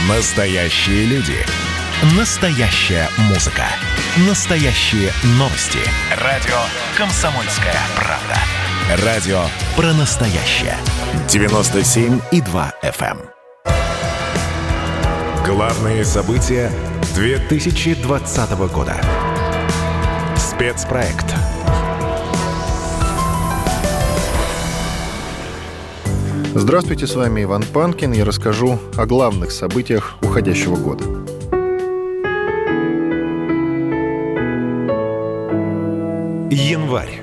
Настоящие люди. Настоящая музыка. Настоящие новости. Радио «Комсомольская правда». Радио про настоящее. 97,2 FM. Главные события 2020 года. Спецпроект. Здравствуйте, с вами Иван Панкин. Я расскажу о главных событиях уходящего года. Январь.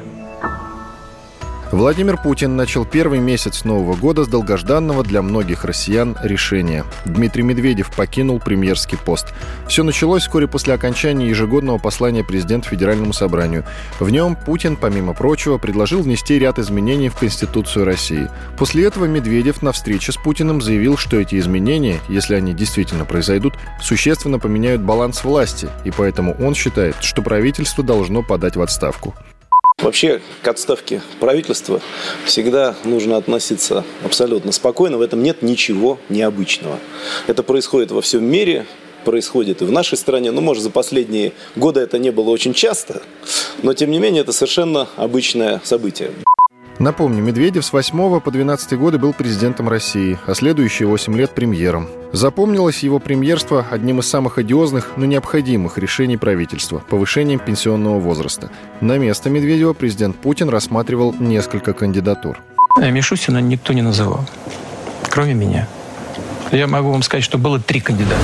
Владимир Путин начал первый месяц Нового года с долгожданного для многих россиян решения. Дмитрий Медведев покинул премьерский пост. Все началось вскоре после окончания ежегодного послания президента Федеральному собранию. В нем Путин, помимо прочего, предложил внести ряд изменений в Конституцию России. После этого Медведев на встрече с Путиным заявил, что эти изменения, если они действительно произойдут, существенно поменяют баланс власти, и поэтому он считает, что правительство должно подать в отставку. Вообще к отставке правительства всегда нужно относиться абсолютно спокойно. В этом нет ничего необычного. Это происходит во всем мире, происходит и в нашей стране. Может, за последние годы это не было очень часто, но тем не менее это совершенно обычное событие. Напомню, Медведев с 8 по 12 годы был президентом России, а следующие 8 лет премьером. Запомнилось его премьерство одним из самых одиозных, но необходимых решений правительства – повышением пенсионного возраста. На место Медведева президент Путин рассматривал несколько кандидатур. Мишустина никто не называл, кроме меня. Я могу вам сказать, что было 3 кандидата,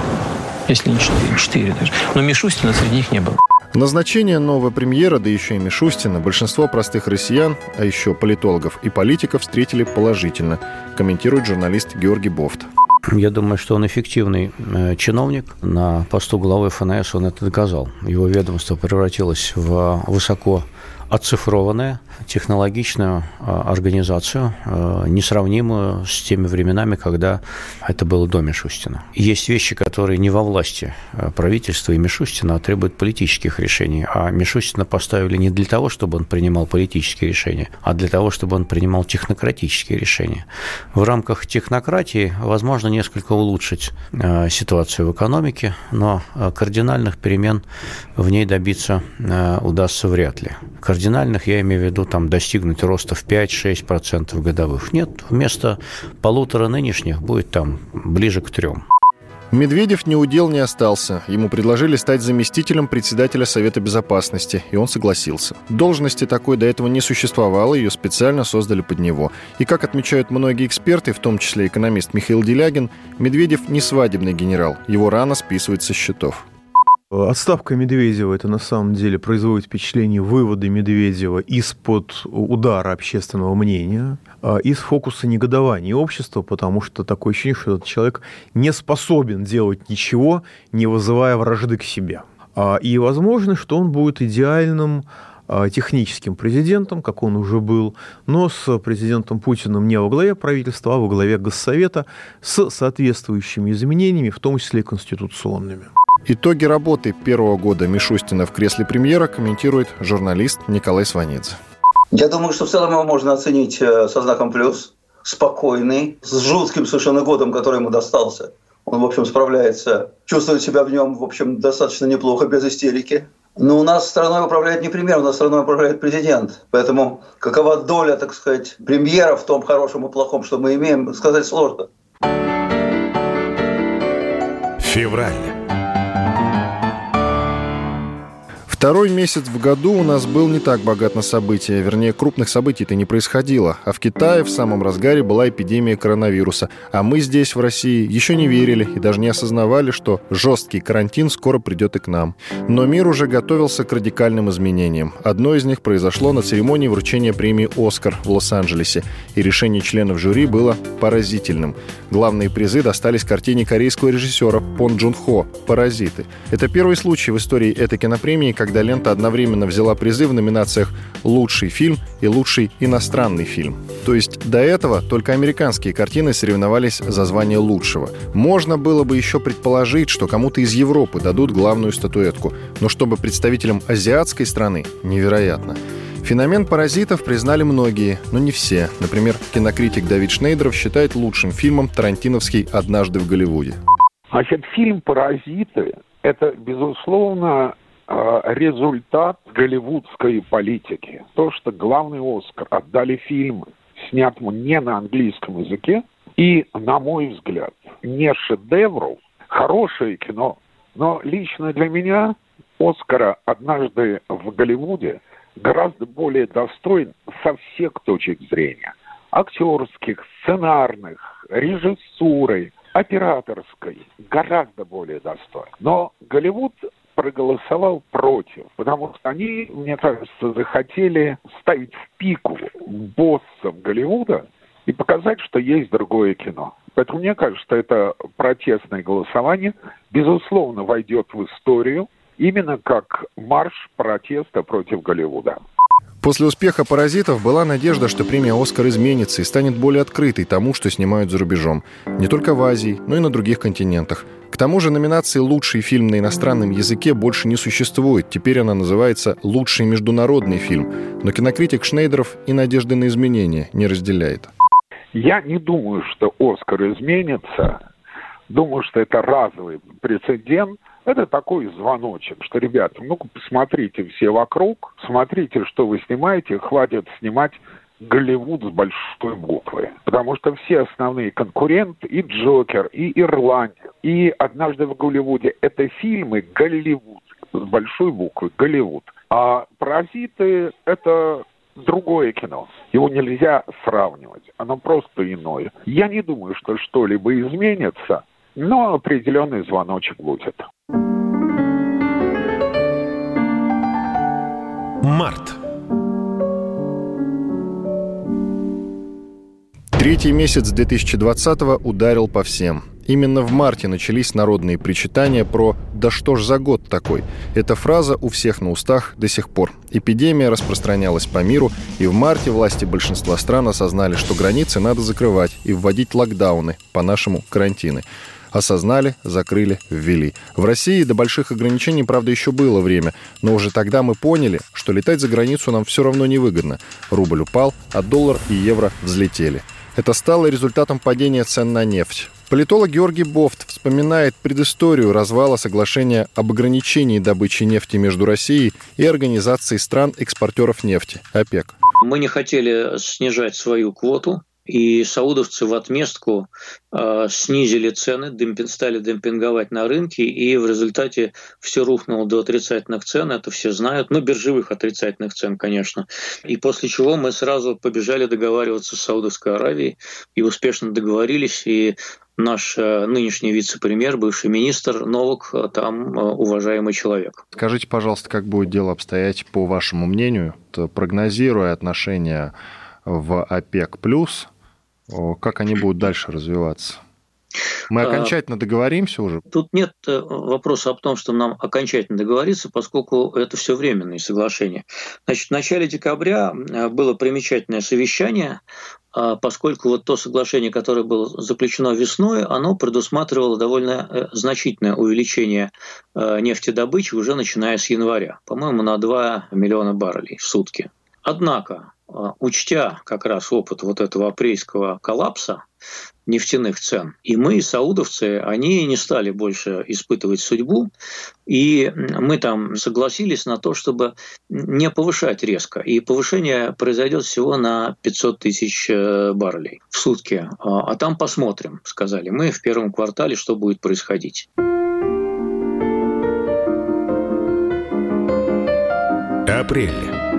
если не 4 даже. Но Мишустина среди них не было. Назначение нового премьера, да еще и Мишустина, большинство простых россиян, а еще политологов и политиков встретили положительно, комментирует журналист Георгий Бофт. Я думаю, что он эффективный чиновник. На посту главы ФНС он это доказал. Его ведомство превратилось в высоко оцифрованную, технологичную организацию, несравнимую с теми временами, когда это было до Мишустина. Есть вещи, которые не во власти правительства и Мишустина, а требуют политических решений. А Мишустина поставили не для того, чтобы он принимал политические решения, а для того, чтобы он принимал технократические решения. В рамках технократии возможно несколько улучшить ситуацию в экономике, но кардинальных перемен в ней добиться удастся вряд ли. Кардинальных, я имею в виду, достигнуть роста в 5-6% годовых. Нет, вместо 1,5 нынешних будет ближе к 3. Медведев ни у дел не остался. Ему предложили стать заместителем председателя Совета Безопасности, и он согласился. Должности такой до этого не существовало, ее специально создали под него. И, как отмечают многие эксперты, в том числе экономист Михаил Делягин, Медведев не свадебный генерал, его рано списывают со счетов. Отставка Медведева – это на самом деле производит впечатление вывода Медведева из-под удара общественного мнения, из фокуса негодования общества, потому что такое ощущение, что этот человек не способен делать ничего, не вызывая вражды к себе. И возможно, что он будет идеальным техническим президентом, как он уже был, но с президентом Путиным не во главе правительства, а во главе Госсовета с соответствующими изменениями, в том числе и конституционными. Итоги работы первого года Мишустина в кресле премьера комментирует журналист Николай Сванидзе. Я думаю, что в целом его можно оценить со знаком плюс. Спокойный, с жутким совершенно годом, который ему достался. Он, в общем, справляется, чувствует себя в нем, в общем, достаточно неплохо, без истерики. Но у нас страной управляет не премьер, у нас страной управляет президент. Поэтому какова доля, так сказать, премьера в том хорошем и плохом, что мы имеем, сказать сложно. Февраль. Второй месяц в году у нас был не так богат на события, вернее, крупных событий-то не происходило. А в Китае в самом разгаре была эпидемия коронавируса. А мы здесь, в России, еще не верили и даже не осознавали, что жесткий карантин скоро придет и к нам. Но мир уже готовился к радикальным изменениям. Одно из них произошло на церемонии вручения премии «Оскар» в Лос-Анджелесе. И решение членов жюри было поразительным. Главные призы достались картине корейского режиссера Пон Джун Хо «Паразиты». Это первый случай в истории этой кинопремии, когда лента одновременно взяла призы в номинациях «Лучший фильм» и «Лучший иностранный фильм». То есть до этого только американские картины соревновались за звание лучшего. Можно было бы еще предположить, что кому-то из Европы дадут главную статуэтку, но чтобы представителям азиатской страны – невероятно. Феномен «Паразитов» признали многие, но не все. Например, кинокритик Давид Шнейдеров считает лучшим фильмом тарантиновский «Однажды в Голливуде». Значит, фильм «Паразиты» – это, безусловно, результат голливудской политики. То, что главный «Оскар» отдали фильму, снятому не на английском языке, и, на мой взгляд, не шедевру, хорошее кино. Но лично для меня «Оскара» «Однажды в Голливуде» гораздо более достоин со всех точек зрения. Актерских, сценарных, режиссурой, операторской. Гораздо более достоин. Но Голливуд проголосовал против, потому что они, мне кажется, захотели ставить в пику боссов Голливуда и показать, что есть другое кино. Поэтому мне кажется, что это протестное голосование, безусловно, войдет в историю именно как марш протеста против Голливуда. После успеха «Паразитов» была надежда, что премия «Оскар» изменится и станет более открытой тому, что снимают за рубежом. Не только в Азии, но и на других континентах. К тому же номинации «Лучший фильм на иностранном языке» больше не существует. Теперь она называется «Лучший международный фильм». Но кинокритик Шнейдеров и надежды на изменения не разделяет. Я не думаю, что «Оскар» изменится. Думаю, что это разовый прецедент. Это такой звоночек, что, ребята, ну-ка посмотрите все вокруг, смотрите, что вы снимаете, хватит снимать Голливуд с большой буквы. Потому что все основные конкуренты, и «Джокер», и «Ирландец», и «Однажды в Голливуде» — это фильмы Голливуд, с большой буквы, Голливуд. А «Паразиты» — это другое кино. Его нельзя сравнивать. Оно просто иное. Я не думаю, что что-либо изменится, но определенный звоночек будет. Март. Третий месяц 2020-го ударил по всем. Именно в марте начались народные причитания про «да что ж за год такой?». Эта фраза у всех на устах до сих пор. Эпидемия распространялась по миру, и в марте власти большинства стран осознали, что границы надо закрывать и вводить локдауны, по-нашему карантины. Осознали, закрыли, ввели. В России до больших ограничений, правда, еще было время, но уже тогда мы поняли, что летать за границу нам все равно невыгодно. Рубль упал, а доллар и евро взлетели. Это стало результатом падения цен на нефть. Политолог Георгий Бофт вспоминает предысторию развала соглашения об ограничении добычи нефти между Россией и Организацией стран-экспортеров нефти, ОПЕК. Мы не хотели снижать свою квоту, и саудовцы в отместку снизили цены, стали демпинговать на рынке, и в результате все рухнуло до отрицательных цен, это все знают, биржевых отрицательных цен, конечно. И после чего мы сразу побежали договариваться с Саудовской Аравией, и успешно договорились, и наш нынешний вице-премьер, бывший министр Новак, там уважаемый человек. Скажите, пожалуйста, как будет дело обстоять, по вашему мнению, прогнозируя отношения в ОПЕК+, как они будут дальше развиваться? Мы окончательно договоримся уже? Тут нет вопроса о том, что нам окончательно договориться, поскольку это все временные соглашения. Значит, в начале декабря было примечательное совещание, поскольку вот то соглашение, которое было заключено весной, оно предусматривало довольно значительное увеличение нефтедобычи уже начиная с января, по-моему, на 2 миллиона баррелей в сутки. Однако, учтя как раз опыт вот этого апрельского коллапса нефтяных цен, и мы, и саудовцы, они не стали больше испытывать судьбу, и мы там согласились на то, чтобы не повышать резко. И повышение произойдет всего на 500 тысяч баррелей в сутки. А там посмотрим, сказали мы в первом квартале, что будет происходить. Апрель.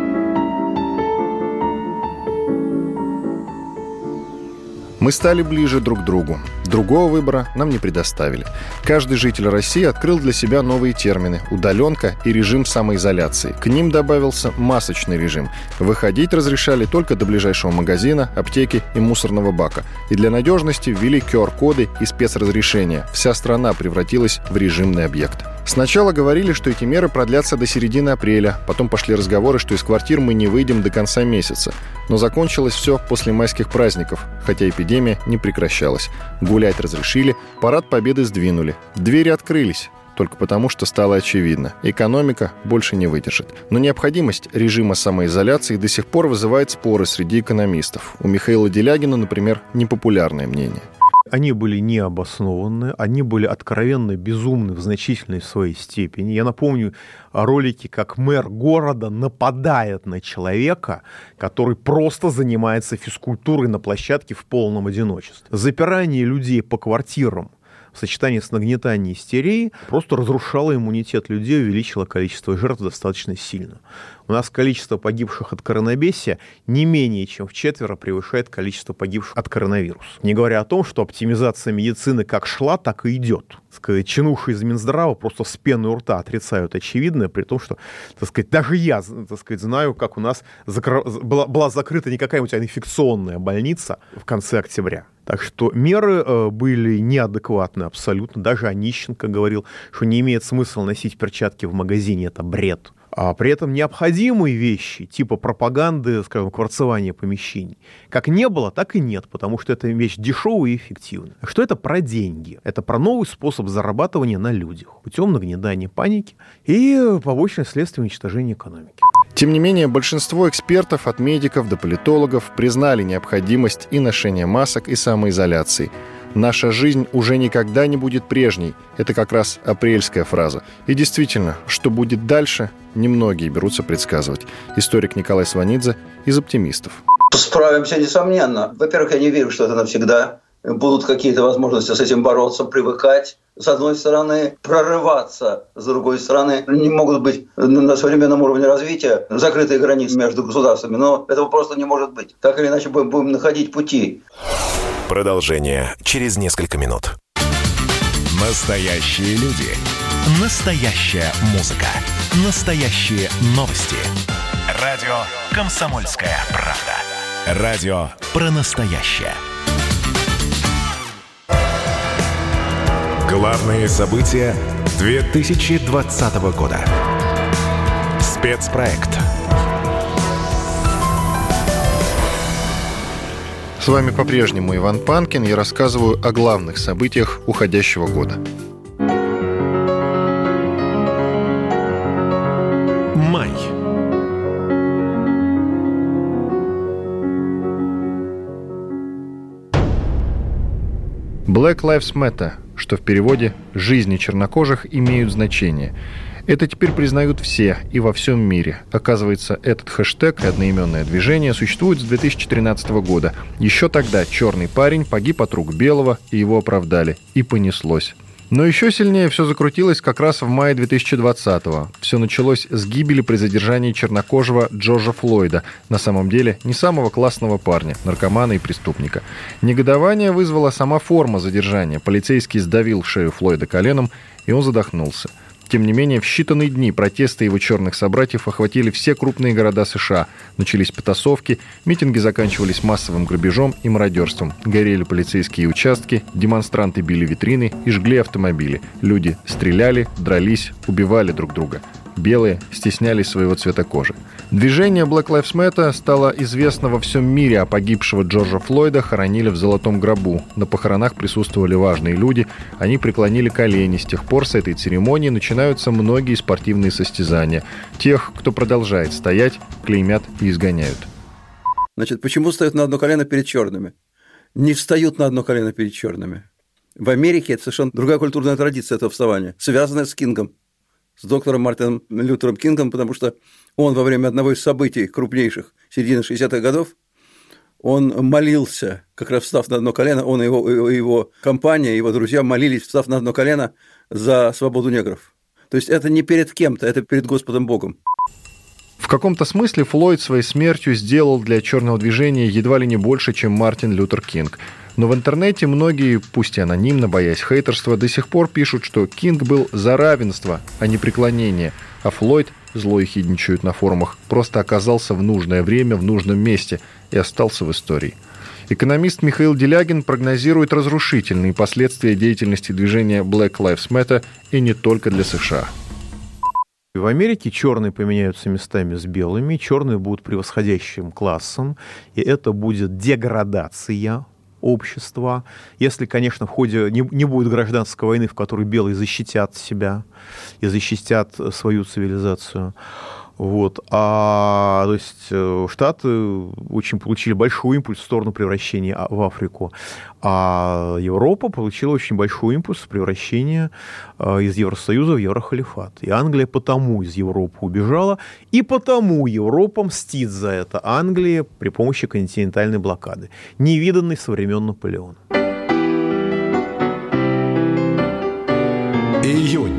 Мы стали ближе друг к другу. Другого выбора нам не предоставили. Каждый житель России открыл для себя новые термины – удаленка и режим самоизоляции. К ним добавился масочный режим. Выходить разрешали только до ближайшего магазина, аптеки и мусорного бака. И для надежности ввели QR-коды и спецразрешения. Вся страна превратилась в режимный объект. Сначала говорили, что эти меры продлятся до середины апреля. Потом пошли разговоры, что из квартир мы не выйдем до конца месяца. Но закончилось все после майских праздников, хотя эпидемия не прекращалась. Гулять разрешили, парад Победы сдвинули. Двери открылись. Только потому, что стало очевидно. Экономика больше не выдержит. Но необходимость режима самоизоляции до сих пор вызывает споры среди экономистов. У Михаила Делягина, например, непопулярное мнение. Они были необоснованны, они были откровенно безумны в значительной своей степени. Я напомню о ролике, как мэр города нападает на человека, который просто занимается физкультурой на площадке в полном одиночестве. Запирание людей по квартирам в сочетании с нагнетанием истерии просто разрушало иммунитет людей, увеличило количество жертв достаточно сильно. У нас количество погибших от коронабесия не менее чем вчетверо превышает количество погибших от коронавируса. Не говоря о том, что оптимизация медицины как шла, так и идет. Чинуши из Минздрава просто с пеной у рта отрицают очевидное, при том, что, даже я, знаю, как у нас была закрыта не какая-нибудь инфекционная больница в конце октября. Так что меры были неадекватны абсолютно. Даже Онищенко говорил, что не имеет смысла носить перчатки в магазине, это бред. А при этом необходимые вещи, типа пропаганды, скажем, кварцевания помещений, как не было, так и нет, потому что это вещь дешевая и эффективная. Что это про деньги? Это про новый способ зарабатывания на людях путем нагнетания паники и побочное следствие уничтожения экономики. Тем не менее, большинство экспертов, от медиков до политологов, признали необходимость и ношения масок, и самоизоляции. «Наша жизнь уже никогда не будет прежней» — это как раз апрельская фраза. И действительно, что будет дальше, немногие берутся предсказывать. Историк Николай Сванидзе из «Оптимистов». Справимся, несомненно. Во-первых, я не верю, что это навсегда. Будут какие-то возможности с этим бороться, привыкать. С одной стороны, прорываться, с другой стороны, не могут быть на современном уровне развития закрытые границы между государствами, но этого просто не может быть. Так или иначе будем находить пути. Продолжение через несколько минут. Настоящие люди. Настоящая музыка. Настоящие новости. Радио «Комсомольская правда». Радио про настоящее. Главные события 2020 года. Спецпроект. С вами по-прежнему Иван Панкин. Я рассказываю о главных событиях уходящего года. Май. Black Lives Matter, что в переводе «жизни чернокожих имеют значение». Это теперь признают все и во всем мире. Оказывается, этот хэштег и одноименное движение существует с 2013 года. Еще тогда черный парень погиб от рук белого, и его оправдали. И понеслось. Но еще сильнее все закрутилось как раз в мае 2020-го. Все началось с гибели при задержании чернокожего Джорджа Флойда, на самом деле не самого классного парня, наркомана и преступника. Негодование вызвала сама форма задержания. Полицейский сдавил шею Флойда коленом, и он задохнулся. Тем не менее, в считанные дни протесты его черных собратьев охватили все крупные города США. Начались потасовки, митинги заканчивались массовым грабежом и мародерством. Горели полицейские участки, демонстранты били витрины и жгли автомобили. Люди стреляли, дрались, убивали друг друга. Белые стеснялись своего цвета кожи. Движение Black Lives Matter стало известно во всем мире, а погибшего Джорджа Флойда хоронили в золотом гробу. На похоронах присутствовали важные люди, они преклонили колени. С тех пор с этой церемонии начинаются многие спортивные состязания. Тех, кто продолжает стоять, клеймят и изгоняют. Значит, почему встают на одно колено перед черными? Не встают на одно колено перед черными. В Америке это совершенно другая культурная традиция этого вставания, связанная с Кингом. С доктором Мартином Лютером Кингом, потому что он во время одного из событий крупнейших середины 60-х годов, он молился, как раз встав на одно колено, он и его компания, его друзья молились, встав на одно колено, за свободу негров. То есть это не перед кем-то, это перед Господом Богом. В каком-то смысле Флойд своей смертью сделал для черного движения едва ли не больше, чем Мартин Лютер Кинг. Но в интернете многие, пусть и анонимно, боясь хейтерства, до сих пор пишут, что Кинг был за равенство, а не преклонение, а Флойд, зло ехидничают на форумах, просто оказался в нужное время, в нужном месте и остался в истории. Экономист Михаил Делягин прогнозирует разрушительные последствия деятельности движения Black Lives Matter и не только для США. В Америке черные поменяются местами с белыми, черные будут превосходящим классом, и это будет деградация общества, если, конечно, в ходе не будет гражданской войны, в которой белые защитят себя и защитят свою цивилизацию. То есть Штаты очень получили большой импульс в сторону превращения в Африку, а Европа получила очень большой импульс в превращение из Евросоюза в Еврохалифат. И Англия потому из Европы убежала, и потому Европа мстит за это Англии при помощи континентальной блокады, невиданной со времен Наполеона. Июнь.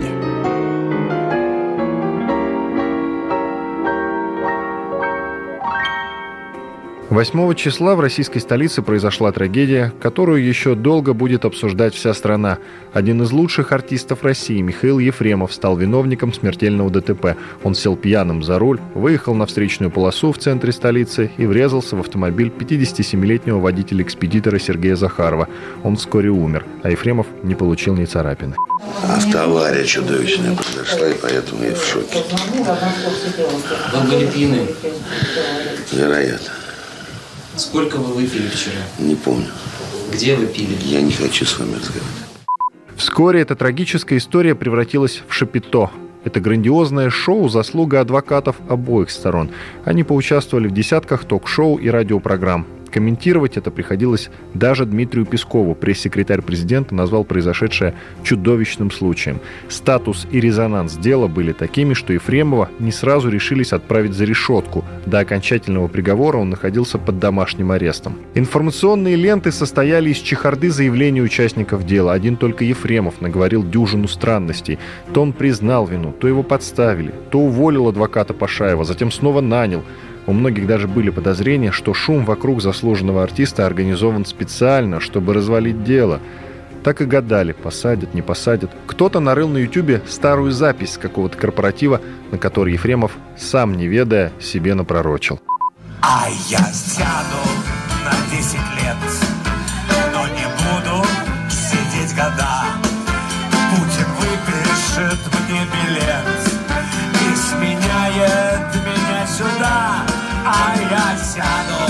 8 числа в российской столице произошла трагедия, которую еще долго будет обсуждать вся страна. Один из лучших артистов России, Михаил Ефремов, стал виновником смертельного ДТП. Он сел пьяным за руль, выехал на встречную полосу в центре столицы и врезался в автомобиль 57-летнего водителя-экспедитора Сергея Захарова. Он вскоре умер, а Ефремов не получил ни царапины. Автоавария чудовищная произошла, и поэтому я в шоке. Вы были пьяны? Вероятно. Сколько вы выпили вчера? Не помню. Где вы пили? Я не хочу с вами разговаривать. Вскоре эта трагическая история превратилась в шапито. Это грандиозное шоу – заслуга адвокатов обоих сторон. Они поучаствовали в десятках ток-шоу и радиопрограмм. Комментировать это приходилось даже Дмитрию Пескову. Пресс-секретарь президента назвал произошедшее чудовищным случаем. Статус и резонанс дела были такими, что Ефремова не сразу решились отправить за решетку. До окончательного приговора он находился под домашним арестом. Информационные ленты состояли из чехарды заявлений участников дела. Один только Ефремов наговорил дюжину странностей. То он признал вину, то его подставили, то уволил адвоката Пашаева, затем снова нанял. У многих даже были подозрения, что шум вокруг заслуженного артиста организован специально, чтобы развалить дело. Так и гадали, посадят, не посадят. Кто-то нарыл на Ютубе старую запись с какого-то корпоратива, на который Ефремов, сам не ведая, себе напророчил. А я сяду на 10 лет, но не буду сидеть года. Путин выпишет мне билет и сменяет меня сюда. А я сяду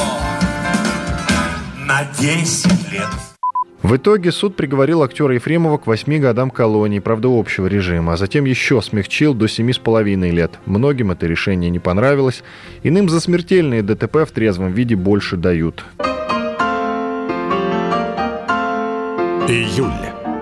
на 10 лет. В итоге суд приговорил актера Ефремова к 8 годам колонии, правда, общего режима, а затем еще смягчил до 7,5 лет. Многим это решение не понравилось. Иным за смертельные ДТП в трезвом виде больше дают. Июль.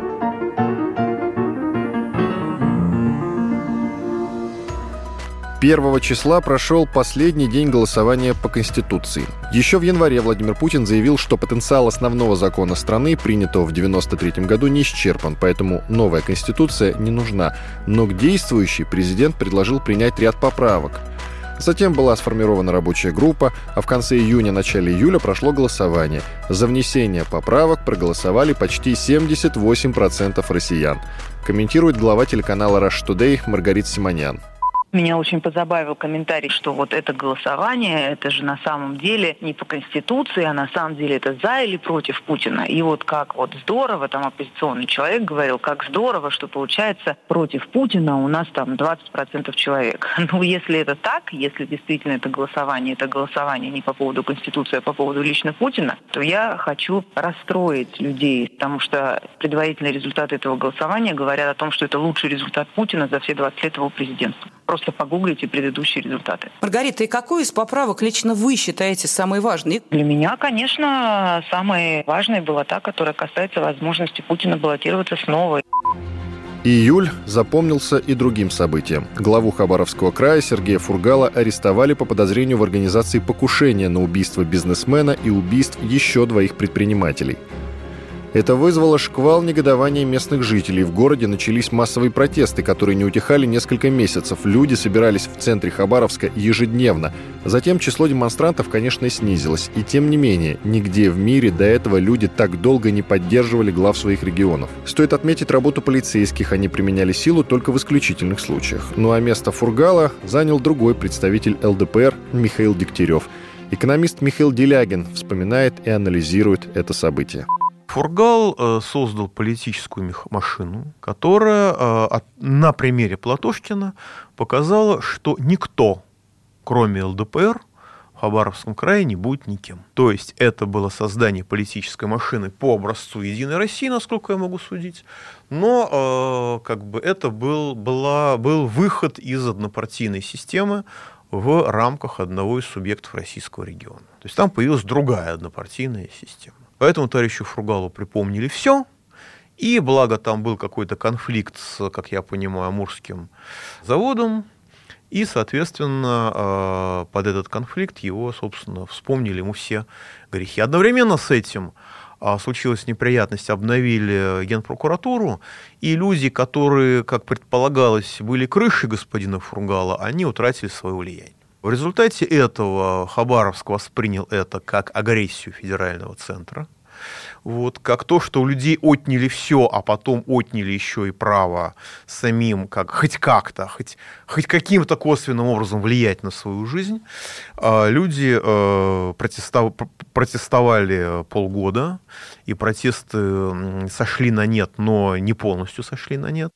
1 числа прошел последний день голосования по Конституции. Еще в январе Владимир Путин заявил, что потенциал основного закона страны, принятого в 1993 году, не исчерпан, поэтому новая Конституция не нужна. Но к действующей президент предложил принять ряд поправок. Затем была сформирована рабочая группа, а в конце июня-начале июля прошло голосование. За внесение поправок проголосовали почти 78% россиян. Комментирует глава телеканала Russia Today Маргарита Симонян. Меня очень позабавил комментарий, что вот это голосование, это же на самом деле не по Конституции, а на самом деле это за или против Путина. И вот как вот здорово, там оппозиционный человек говорил, как здорово, что получается против Путина у нас там 20% человек. Ну, если это так, если действительно это голосование не по поводу Конституции, а по поводу лично Путина, то я хочу расстроить людей, потому что предварительные результаты этого голосования говорят о том, что это лучший результат Путина за все 20 лет его президентства. Просто погуглите предыдущие результаты. Маргарита, и какую из поправок лично вы считаете самой важной? Для меня, конечно, самой важной была та, которая касается возможности Путина баллотироваться снова. Июль запомнился и другим событием. Главу Хабаровского края Сергея Фургала арестовали по подозрению в организации покушения на убийство бизнесмена и убийств еще 2 предпринимателей. Это вызвало шквал негодования местных жителей. В городе начались массовые протесты, которые не утихали несколько месяцев. Люди собирались в центре Хабаровска ежедневно. Затем число демонстрантов, конечно, снизилось. И тем не менее, нигде в мире до этого люди так долго не поддерживали глав своих регионов. Стоит отметить работу полицейских. Они применяли силу только в исключительных случаях. Ну а место Фургала занял другой представитель ЛДПР Михаил Дегтярев. Экономист Михаил Делягин вспоминает и анализирует это событие. Фургал создал политическую машину, которая на примере Платошкина показала, что никто, кроме ЛДПР, в Хабаровском крае не будет никем. То есть это было создание политической машины по образцу «Единой России», насколько я могу судить, но это был выход из однопартийной системы в рамках одного из субъектов российского региона. То есть там появилась другая однопартийная система. Поэтому товарищу Фургалу припомнили все, и благо там был какой-то конфликт с, как я понимаю, Амурским заводом, и, соответственно, под этот конфликт его, собственно, вспомнили ему все грехи. Одновременно с этим случилась неприятность, обновили Генпрокуратуру, и люди, которые, как предполагалось, были крышей господина Фургала, они утратили свое влияние. В результате этого Хабаровск воспринял это как агрессию федерального центра, как то, что у людей отняли все, а потом отняли еще и право самим хоть как-то, хоть каким-то косвенным образом влиять на свою жизнь. Люди протестовали полгода, и протесты сошли на нет, но не полностью сошли на нет.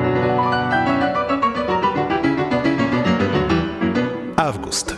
Август.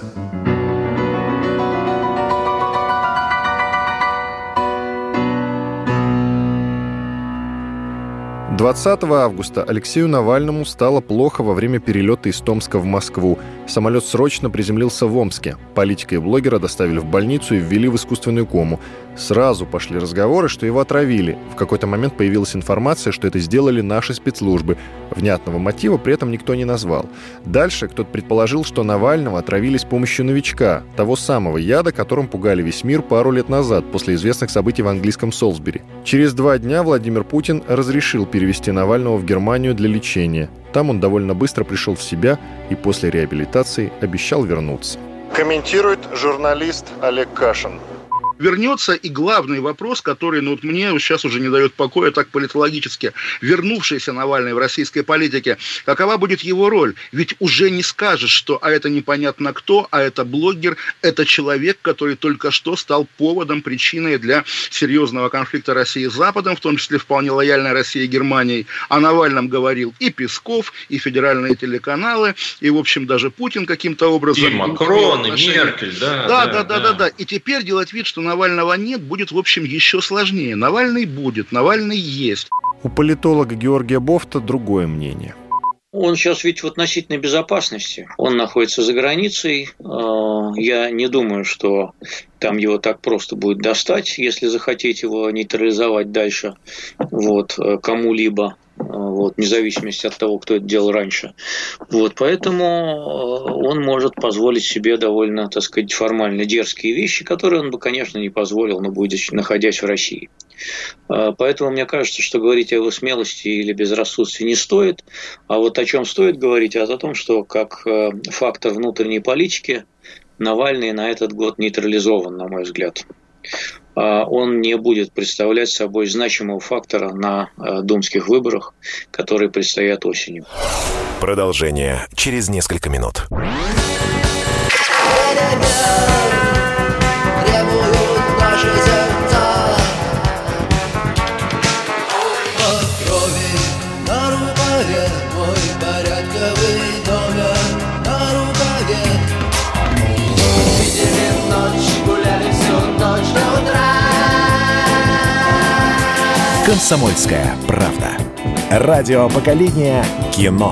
20 августа Алексею Навальному стало плохо во время перелета из Томска в Москву. Самолет срочно приземлился в Омске. Политика и блогера доставили в больницу и ввели в искусственную кому. Сразу пошли разговоры, что его отравили. В какой-то момент появилась информация, что это сделали наши спецслужбы. Внятного мотива при этом никто не назвал. Дальше кто-то предположил, что Навального отравили с помощью новичка, того самого яда, которым пугали весь мир пару лет назад, после известных событий в английском Солсбери. Через 2 дня Владимир Путин разрешил перевести Навального в Германию для лечения. Там он довольно быстро пришел в себя и после реабилитации обещал вернуться. Комментирует журналист Олег Кашин. Вернется и главный вопрос, который мне сейчас уже не дает покоя так политологически. Вернувшийся Навальный в российской политике, какова будет его роль? Ведь уже не скажешь, что это непонятно кто, а это блогер, это человек, который только что стал поводом, причиной для серьезного конфликта России с Западом, в том числе вполне лояльной России и Германии. О Навальном говорил и Песков, и федеральные телеканалы, и, в общем, даже Путин каким-то образом. И Макрон, и Меркель, да. И теперь делать вид, что Навального нет, будет, в общем, еще сложнее. Навальный будет, Навальный есть. У политолога Георгия Бофта другое мнение. Он сейчас ведь в относительной безопасности. Он находится за границей. Я не думаю, что там его так просто будет достать, если захотеть его нейтрализовать дальше кому-либо. Вне зависимости от того, кто это делал раньше. Поэтому он может позволить себе довольно, формально дерзкие вещи, которые он бы, конечно, не позволил, находясь в России. Поэтому мне кажется, что говорить о его смелости или безрассудстве не стоит. А о чем стоит говорить, о том, что как фактор внутренней политики Навальный на этот год нейтрализован, на мой взгляд. Он не будет представлять собой значимого фактора на думских выборах, которые предстоят осенью. Продолжение через несколько минут. «Комсомольская правда». Радио поколения кино.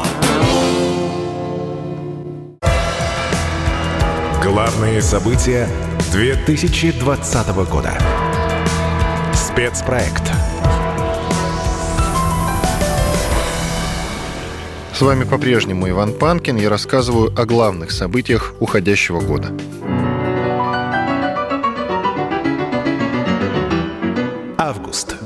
Главные события 2020 года. Спецпроект. С вами по-прежнему Иван Панкин. Я рассказываю о главных событиях уходящего года. Август.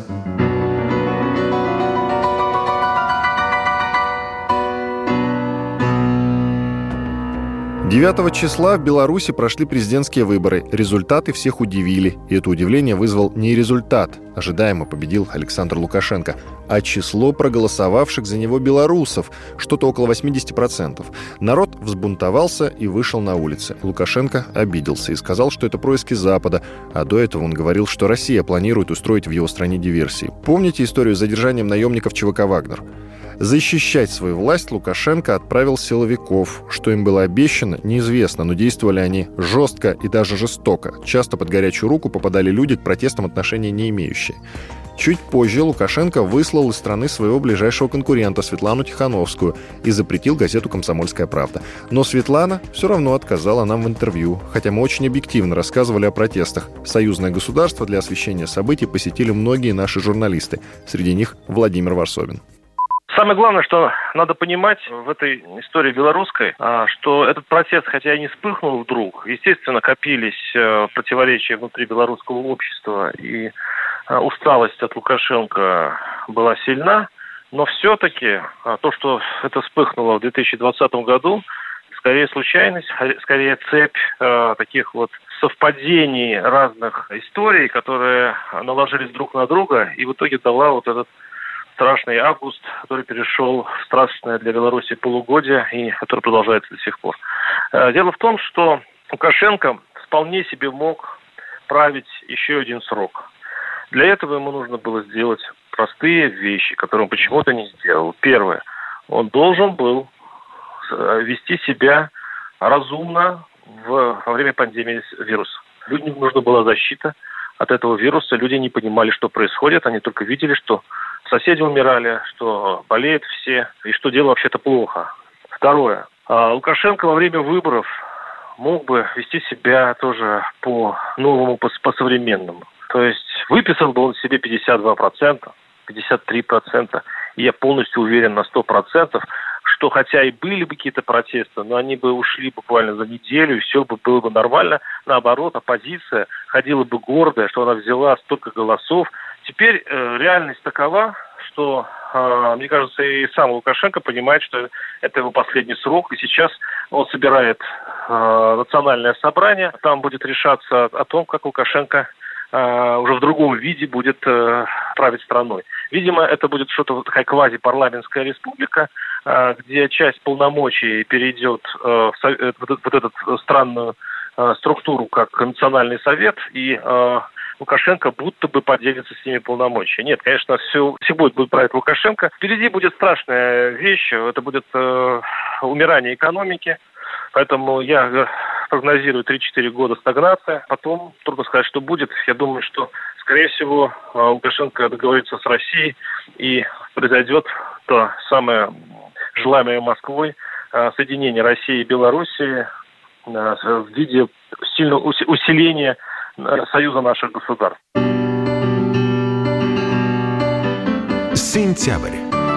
9 числа в Беларуси прошли президентские выборы. Результаты всех удивили. И это удивление вызвал не результат. Ожидаемо победил Александр Лукашенко, а число проголосовавших за него белорусов, что-то около 80%. Народ взбунтовался и вышел на улицы. Лукашенко обиделся и сказал, что это происки Запада, а до этого он говорил, что Россия планирует устроить в его стране диверсии. Помните историю с задержанием наемников ЧВК «Вагнер»? Защищать свою власть Лукашенко отправил силовиков. Что им было обещано, неизвестно, но действовали они жестко и даже жестоко. Часто под горячую руку попадали люди, к протестам отношения не имеющие. Чуть позже Лукашенко выслал из страны своего ближайшего конкурента Светлану Тихановскую и запретил газету «Комсомольская правда». Но Светлана все равно отказала нам в интервью, хотя мы очень объективно рассказывали о протестах. Союзное государство для освещения событий посетили многие наши журналисты. Среди них Владимир Варсобин. Самое главное, что надо понимать в этой истории белорусской, что этот процесс, хотя и не вспыхнул вдруг, естественно, копились противоречия внутри белорусского общества, и усталость от Лукашенко была сильна, но все-таки то, что это вспыхнуло в 2020 году, скорее случайность, скорее цепь таких вот совпадений разных историй, которые наложились друг на друга, и в итоге дала вот этот страшный август, который перешел в страшное для Беларуси полугодие и который продолжается до сих пор. Дело в том, что Лукашенко вполне себе мог править еще один срок. Для этого ему нужно было сделать простые вещи, которые он почему-то не сделал. Первое. Он должен был вести себя разумно во время пандемии вируса. Людям нужна была защита от этого вируса. Люди не понимали, что происходит. Они только видели, что соседи умирали, что болеют все, и что дело вообще-то плохо. Второе. Лукашенко во время выборов мог бы вести себя тоже по-новому, по-современному. То есть выписал бы он себе 52%, 53%, и я полностью уверен на 100%, что хотя и были бы какие-то протесты, но они бы ушли буквально за неделю, и все бы было бы нормально. Наоборот, оппозиция ходила бы гордая, что она взяла столько голосов. Теперь реальность такова, что, мне кажется, и сам Лукашенко понимает, что это его последний срок, и сейчас он собирает национальное собрание. Там будет решаться о том, как Лукашенко уже в другом виде будет править страной. Видимо, это будет что-то такая квазипарламентская республика, где часть полномочий перейдет в вот эту странную структуру, как Национальный совет, и Лукашенко будто бы поделится с ними полномочия. Нет, конечно, все будет править Лукашенко. Впереди будет страшная вещь, это будет умирание экономики. Поэтому я прогнозирую 3-4 года стагнация. Потом трудно сказать, что будет. Я думаю, что, скорее всего, Лукашенко договорится с Россией и произойдет то самое желаемое Москвой соединение России и Белоруссии в виде сильного усиления союза наших государств. Сентябрь.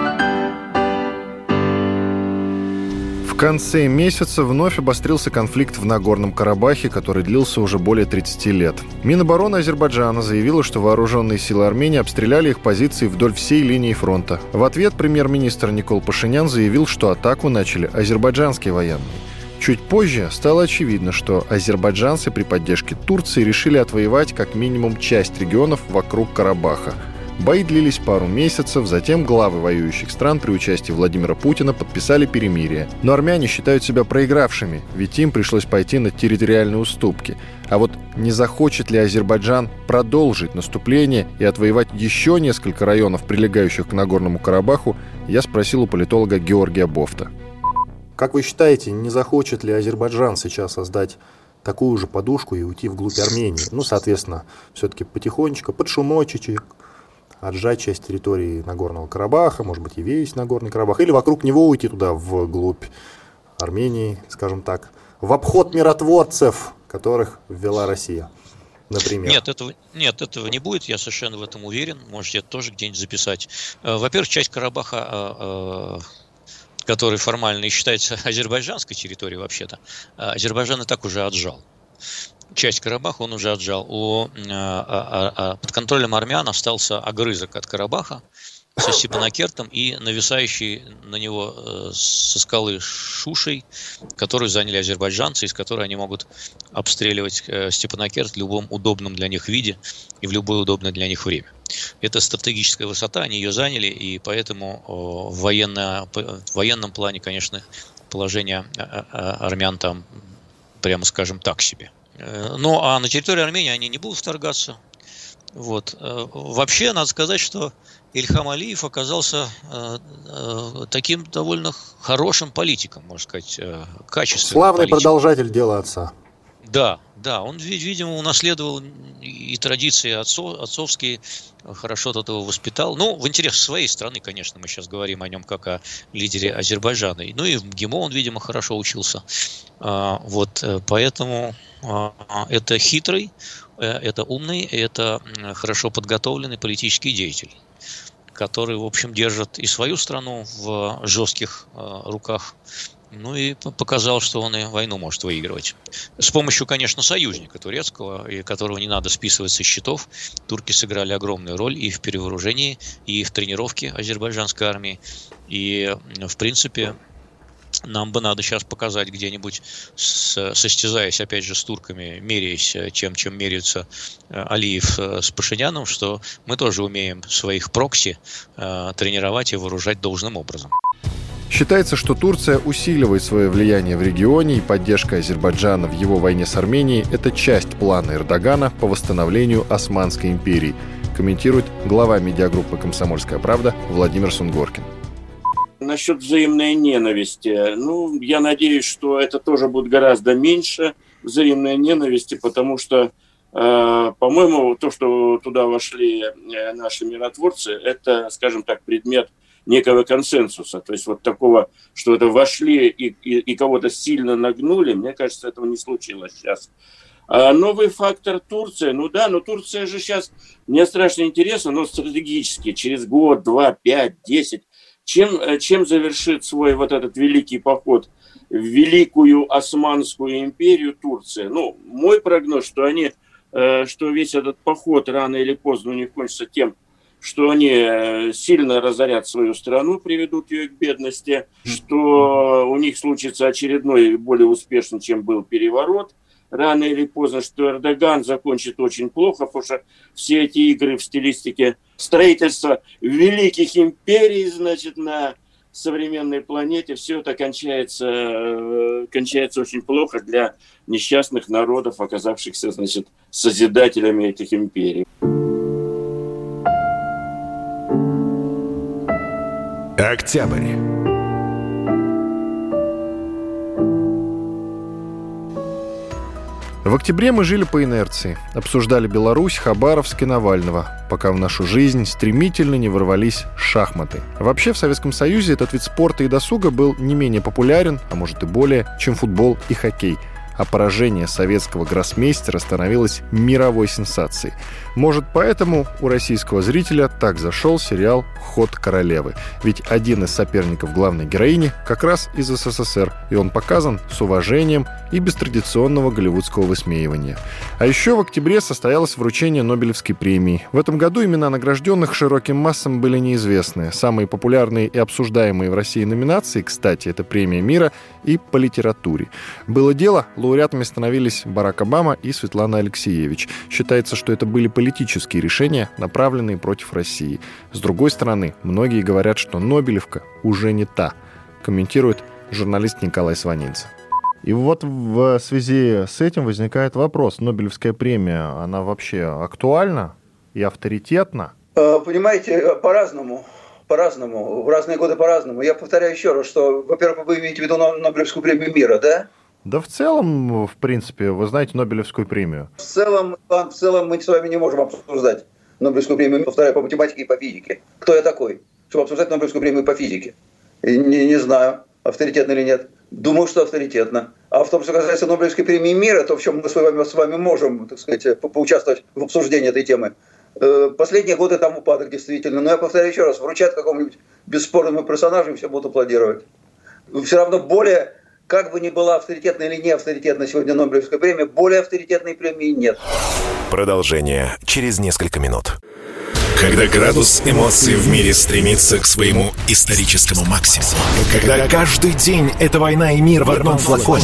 В конце месяца вновь обострился конфликт в Нагорном Карабахе, который длился уже более 30 лет. Минобороны Азербайджана заявила, что вооруженные силы Армении обстреляли их позиции вдоль всей линии фронта. В ответ премьер-министр Никол Пашинян заявил, что атаку начали азербайджанские военные. Чуть позже стало очевидно, что азербайджанцы при поддержке Турции решили отвоевать как минимум часть регионов вокруг Карабаха. Бои длились пару месяцев, затем главы воюющих стран при участии Владимира Путина подписали перемирие. Но армяне считают себя проигравшими, ведь им пришлось пойти на территориальные уступки. А вот не захочет ли Азербайджан продолжить наступление и отвоевать еще несколько районов, прилегающих к Нагорному Карабаху, я спросил у политолога Георгия Бофта. Как вы считаете, не захочет ли Азербайджан сейчас создать такую же подушку и уйти вглубь Армении? Ну, соответственно, все-таки потихонечку, под шумочек, отжать часть территории Нагорного Карабаха, может быть, и весь Нагорный Карабах, или вокруг него уйти туда, вглубь Армении, скажем так, в обход миротворцев, которых ввела Россия, например. Нет, этого не будет, я совершенно в этом уверен, можете это тоже где-нибудь записать. Во-первых, часть Карабаха, который формально и считается азербайджанской территорией вообще-то, Азербайджан и так уже отжал. Часть Карабаха он уже отжал. Под контролем армян остался огрызок от Карабаха со Степанакертом и нависающий на него со скалы Шушей, которую заняли азербайджанцы, из которой они могут обстреливать Степанакерт в любом удобном для них виде и в любое удобное для них время. Это стратегическая высота, они ее заняли, и поэтому в военном плане, конечно, положение армян там, прямо скажем, так себе. Ну, а на территории Армении они не будут вторгаться. Вот. Вообще, надо сказать, что Ильхам Алиев оказался таким довольно хорошим политиком, можно сказать, качественным. Славный продолжатель дела отца. Да, он, видимо, унаследовал и традиции отцовские, хорошо тут его воспитал. Ну, в интересах своей страны, конечно, мы сейчас говорим о нем как о лидере Азербайджана. Ну и в МГИМО он, видимо, хорошо учился. Вот, поэтому это хитрый, это умный, это хорошо подготовленный политический деятель, который, в общем, держит и свою страну в жестких руках. Ну и показал, что он и войну может выигрывать. С помощью, конечно, союзника турецкого, и которого не надо списывать со счетов. Турки сыграли огромную роль и в перевооружении, и в тренировке азербайджанской армии. И, в принципе, нам бы надо сейчас показать где-нибудь, состязаясь, опять же, с турками, меряясь, чем меряется Алиев с Пашиняном, что мы тоже умеем своих прокси тренировать и вооружать должным образом. Считается, что Турция усиливает свое влияние в регионе, и поддержка Азербайджана в его войне с Арменией – это часть плана Эрдогана по восстановлению Османской империи, комментирует глава медиагруппы «Комсомольская правда» Владимир Сунгоркин. Насчет взаимной ненависти. Я надеюсь, что это тоже будет гораздо меньше взаимной ненависти, потому что, по-моему, то, что туда вошли наши миротворцы, это, скажем так, предмет некого консенсуса. То есть вот такого, что это вошли и кого-то сильно нагнули, мне кажется, этого не случилось сейчас. А новый фактор Турция. Но Турция же сейчас, мне страшно интересно, но стратегически, через год, 2, 5, 10, чем завершит свой вот этот великий поход в Великую Османскую империю Турция? Мой прогноз, что весь этот поход рано или поздно у них кончится тем, что они сильно разорят свою страну, приведут ее к бедности, что у них случится очередной, более успешный, чем был, переворот, рано или поздно, что Эрдоган закончит очень плохо, потому что все эти игры в стилистике строительства великих империй, на современной планете, все это кончается очень плохо для несчастных народов, оказавшихся, созидателями этих империй. Октябрь. В октябре мы жили по инерции, обсуждали Беларусь, Хабаровск и Навального, пока в нашу жизнь стремительно не ворвались шахматы. Вообще, в Советском Союзе этот вид спорта и досуга был не менее популярен, а может и более, чем футбол и хоккей. А поражение советского гроссмейстера становилось мировой сенсацией. Может, поэтому у российского зрителя так зашел сериал «Ход королевы». Ведь один из соперников главной героини как раз из СССР, и он показан с уважением и без традиционного голливудского высмеивания. А еще в октябре состоялось вручение Нобелевской премии. В этом году имена награжденных широким массам были неизвестны. Самые популярные и обсуждаемые в России номинации, кстати, это премия мира и по литературе. Было дело, лауреатами становились Барак Обама и Светлана Алексиевич. Считается, что это были политические решения, направленные против России. С другой стороны, многие говорят, что Нобелевка уже не та, комментирует журналист Николай Сванидзе. И вот в связи с этим возникает вопрос. Нобелевская премия, она вообще актуальна и авторитетна? Понимаете, по-разному. В разные годы по-разному. Я повторяю еще раз, что, во-первых, вы имеете в виду Нобелевскую премию мира, да? Да в целом, в принципе, вы знаете Нобелевскую премию. В целом мы с вами не можем обсуждать Нобелевскую премию, повторяю, по математике и по физике. Кто я такой, чтобы обсуждать Нобелевскую премию по физике? Не знаю, авторитетно или нет. Думаю, что авторитетно. А в том, что касается Нобелевской премии мира, то в чем мы с вами можем, так сказать, поучаствовать в обсуждении этой темы. Последние годы там упадок действительно. Но я повторяю еще раз, вручат какому-нибудь бесспорному персонажу, и все будут аплодировать. Все равно более, как бы ни была авторитетна или не авторитетна сегодня Нобелевская премия, более авторитетной премии нет. Продолжение через несколько минут. Когда градус эмоций в мире стремится к своему историческому максимуму. Когда каждый день это война и мир в одном флаконе.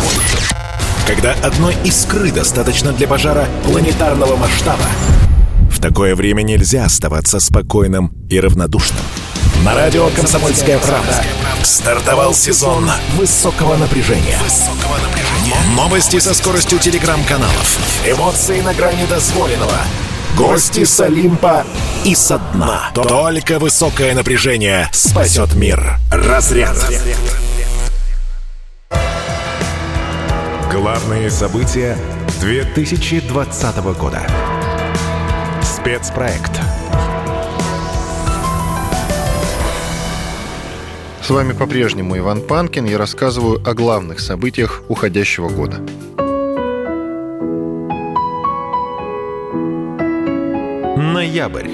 Когда одной искры достаточно для пожара планетарного масштаба. В такое время нельзя оставаться спокойным и равнодушным. На радио «Комсомольская правда» стартовал сезон высокого напряжения. Новости со скоростью телеграм-каналов. Эмоции на грани дозволенного. Гости с Олимпа и со дна. Только высокое напряжение спасет мир. Разряд. Главные события 2020 года. Спецпроект. С вами по-прежнему Иван Панкин. Я рассказываю о главных событиях уходящего года. Ноябрь.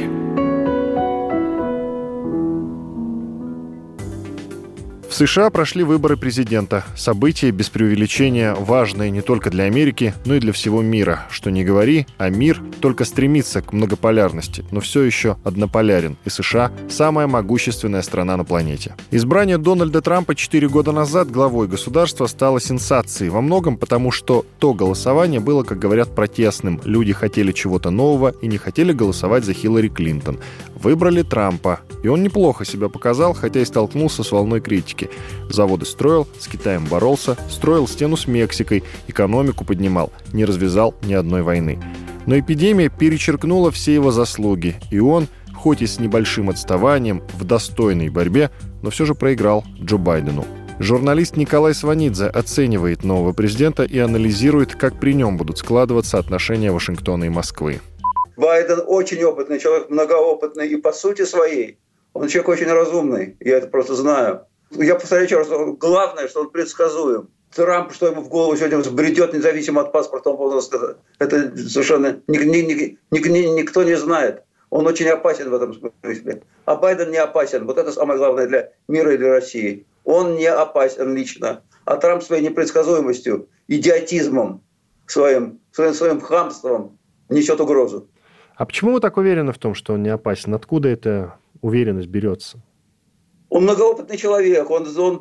В США прошли выборы президента. Событие, без преувеличения, важное не только для Америки, но и для всего мира. Что ни говори, а мир только стремится к многополярности, но все еще однополярен. И США – самая могущественная страна на планете. Избрание Дональда Трампа 4 года назад главой государства стало сенсацией. Во многом потому, что то голосование было, как говорят, протестным. Люди хотели чего-то нового и не хотели голосовать за Хиллари Клинтон. Выбрали Трампа. И он неплохо себя показал, хотя и столкнулся с волной критики. Заводы строил, с Китаем боролся, строил стену с Мексикой, экономику поднимал, не развязал ни одной войны. Но эпидемия перечеркнула все его заслуги, и он, хоть и с небольшим отставанием, в достойной борьбе, но все же проиграл Джо Байдену. Журналист Николай Сванидзе оценивает нового президента и анализирует, как при нем будут складываться отношения Вашингтона и Москвы. Байден очень опытный человек, многоопытный, и по сути своей он человек очень разумный, я это просто знаю. Я повторяю еще раз, главное, что он предсказуем. Трамп, что ему в голову сегодня взбредет, независимо от паспортного возраста, это совершенно никто не знает. Он очень опасен в этом смысле. А Байден не опасен. Вот это самое главное для мира и для России. Он не опасен лично. А Трамп своей непредсказуемостью, идиотизмом, своим хамством несет угрозу. А почему вы так уверены в том, что он не опасен? Откуда эта уверенность берется? Он многоопытный человек, он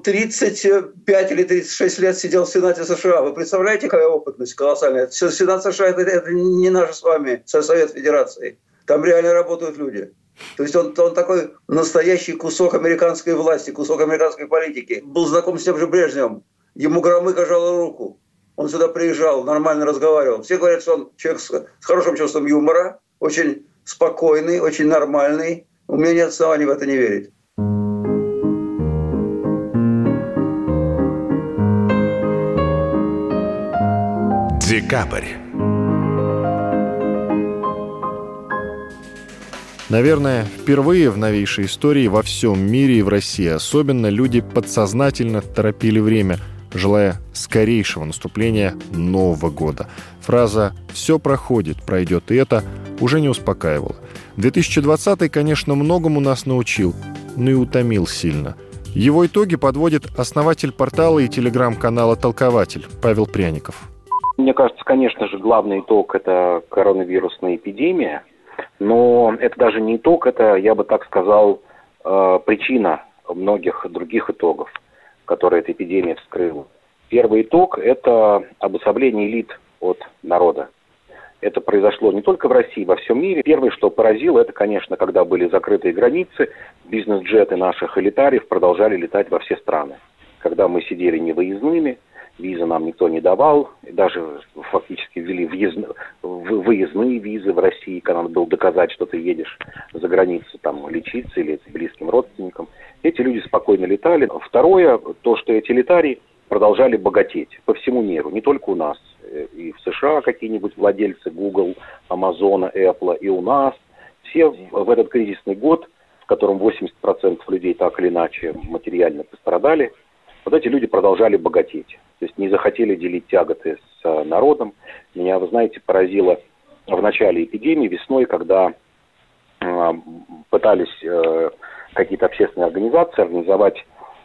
35 или 36 лет сидел в Сенате США. Вы представляете, какая опытность колоссальная? Сенат США – это не наш с вами Совет Федерации. Там реально работают люди. То есть он такой настоящий кусок американской власти, кусок американской политики. Был знаком с тем же Брежневым. Ему Громыко жал руку. Он сюда приезжал, нормально разговаривал. Все говорят, что он человек с хорошим чувством юмора, очень спокойный, очень нормальный. У меня нет оснований в это не верить. Декабрь. Наверное, впервые в новейшей истории во всем мире и в России особенно люди подсознательно торопили время, желая скорейшего наступления Нового года. Фраза «все проходит, пройдет и это» уже не успокаивала. 2020-й, конечно, многому нас научил, но и утомил сильно. Его итоги подводит основатель портала и телеграм-канала «Толкователь» Павел Пряников. Мне кажется, конечно же, главный итог – это коронавирусная эпидемия. Но это даже не итог, это, я бы так сказал, причина многих других итогов, которые эта эпидемия вскрыла. Первый итог – это обособление элит от народа. Это произошло не только в России, во всем мире. Первое, что поразило, это, конечно, когда были закрытые границы, бизнес-джеты наших элитариев продолжали летать во все страны. Когда мы сидели невыездными, визы нам никто не давал, даже фактически ввели выездные визы в России, когда надо было доказать, что ты едешь за границу там, лечиться или с близким родственником. Эти люди спокойно летали. Второе, то, что эти элитарии продолжали богатеть по всему миру, не только у нас. И в США какие-нибудь владельцы Google, Amazon, Apple, и у нас. Все в этот кризисный год, в котором 80% людей так или иначе материально пострадали, вот эти люди продолжали богатеть. То есть не захотели делить тяготы с народом. Меня, вы знаете, поразило в начале эпидемии, весной, когда пытались какие-то общественные организации организовать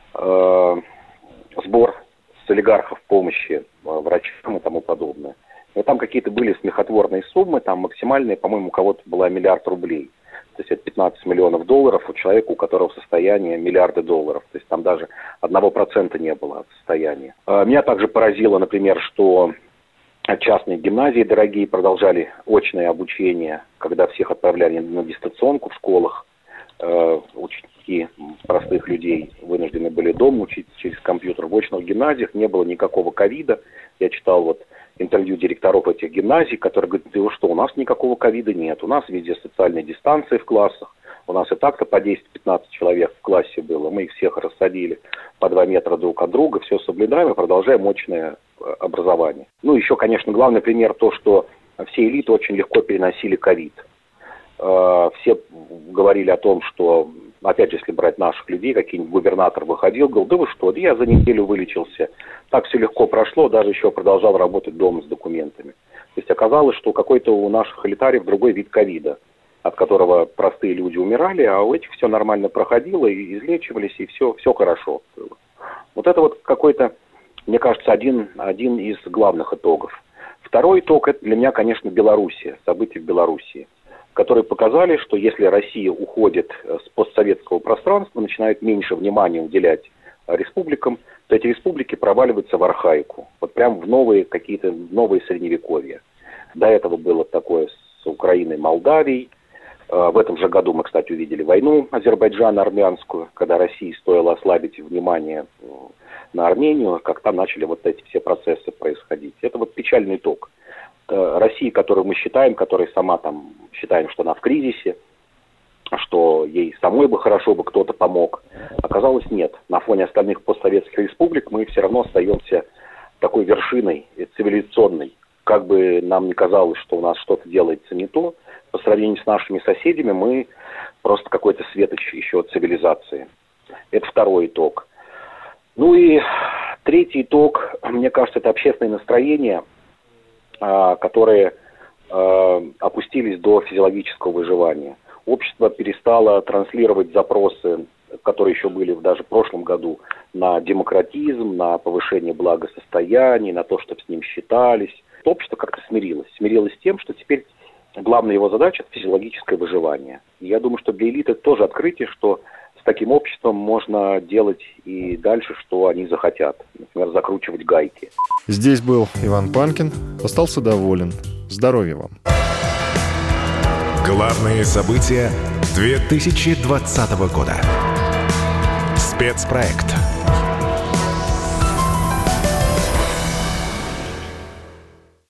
сбор с олигархов помощи врачам и тому подобное. Но там какие-то были смехотворные суммы, там максимальная, по-моему, у кого-то была $1 миллиард. То есть это 15 миллионов долларов у человека, у которого состояние $миллиарды. То есть там даже 1% не было от состояния. Меня также поразило, например, что частные гимназии дорогие продолжали очное обучение, когда всех отправляли на дистанционку в школах. Ученики простых людей вынуждены были дома учиться через компьютер. В очных гимназиях не было никакого ковида. Я читал вот интервью директоров этих гимназий, которые говорят, да вы что, у нас никакого ковида нет, у нас везде социальная дистанция в классах, у нас и так-то по 10-15 человек в классе было, мы их всех рассадили по 2 метра друг от друга, все соблюдаем и продолжаем очное образование. Ну, еще, конечно, главный пример то, что все элиты очень легко переносили ковид. Все говорили о том, что, опять же, если брать наших людей, какой-нибудь губернатор выходил, говорил, да вы что, да я за неделю вылечился. Так все легко прошло, даже еще продолжал работать дома с документами. То есть оказалось, что какой-то у наших элитариев другой вид ковида, от которого простые люди умирали, а у этих все нормально проходило, и излечивались, и все хорошо было. Вот это вот какой-то, мне кажется, один из главных итогов. Второй итог – это для меня, конечно, Белоруссия, события в Белоруссии, которые показали, что если Россия уходит с постсоветского пространства, начинает меньше внимания уделять республикам, то эти республики проваливаются в архаику, вот прям в новые средневековья. До этого было такое с Украиной, Молдавией. В этом же году мы, кстати, увидели войну Азербайджана-армянскую, когда России стоило ослабить внимание на Армению, как там начали вот эти все процессы происходить. Это вот печальный итог. России, которую мы считаем, которая сама там считаем, что она в кризисе, что ей самой бы хорошо бы кто-то помог. Оказалось, нет. На фоне остальных постсоветских республик мы все равно остаемся такой вершиной цивилизационной. Как бы нам ни казалось, что у нас что-то делается не то, по сравнению с нашими соседями мы просто какой-то светоч еще цивилизации. Это второй итог. Ну и третий итог, мне кажется, это общественное настроение, которые опустились до физиологического выживания. Общество перестало транслировать запросы, которые еще были даже в прошлом году, на демократизм, на повышение благосостояния, на то, чтобы с ним считались. Общество как-то смирилось с тем, что теперь главная его задача – это физиологическое выживание. И я думаю, что для элиты это тоже открытие, что с таким обществом можно делать и дальше, что они захотят. Например, закручивать гайки. Здесь был Иван Панкин. Остался доволен. Здоровья вам. Главные события 2020 года. Спецпроект.